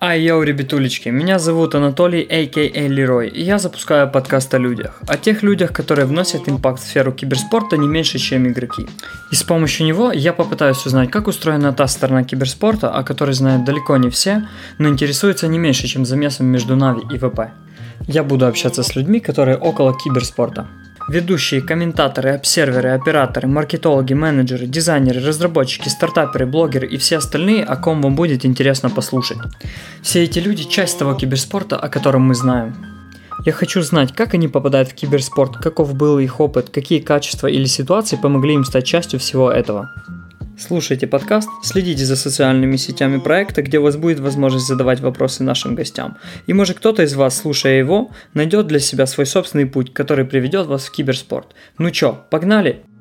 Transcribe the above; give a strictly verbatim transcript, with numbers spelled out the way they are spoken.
Ай, йоу, ребятулечки, меня зовут Анатолий, а ка а. Лерой, и я запускаю подкаст о людях. О тех людях, которые вносят импакт в сферу киберспорта не меньше, чем игроки. И с помощью него я попытаюсь узнать, как устроена та сторона киберспорта, о которой знают далеко не все, но интересуются не меньше, чем замесом между Нави и ВП. Я буду общаться с людьми, которые около киберспорта. Ведущие, комментаторы, обсерверы, операторы, маркетологи, менеджеры, дизайнеры, разработчики, стартаперы, блогеры и все остальные, о ком вам будет интересно послушать. Все эти люди – часть того киберспорта, о котором мы знаем. Я хочу знать, как они попадают в киберспорт, каков был их опыт, какие качества или ситуации помогли им стать частью всего этого. Слушайте подкаст, следите за социальными сетями проекта, где у вас будет возможность задавать вопросы нашим гостям. И может кто-то из вас, слушая его, найдет для себя свой собственный путь, который приведет вас в киберспорт. Ну чё, погнали?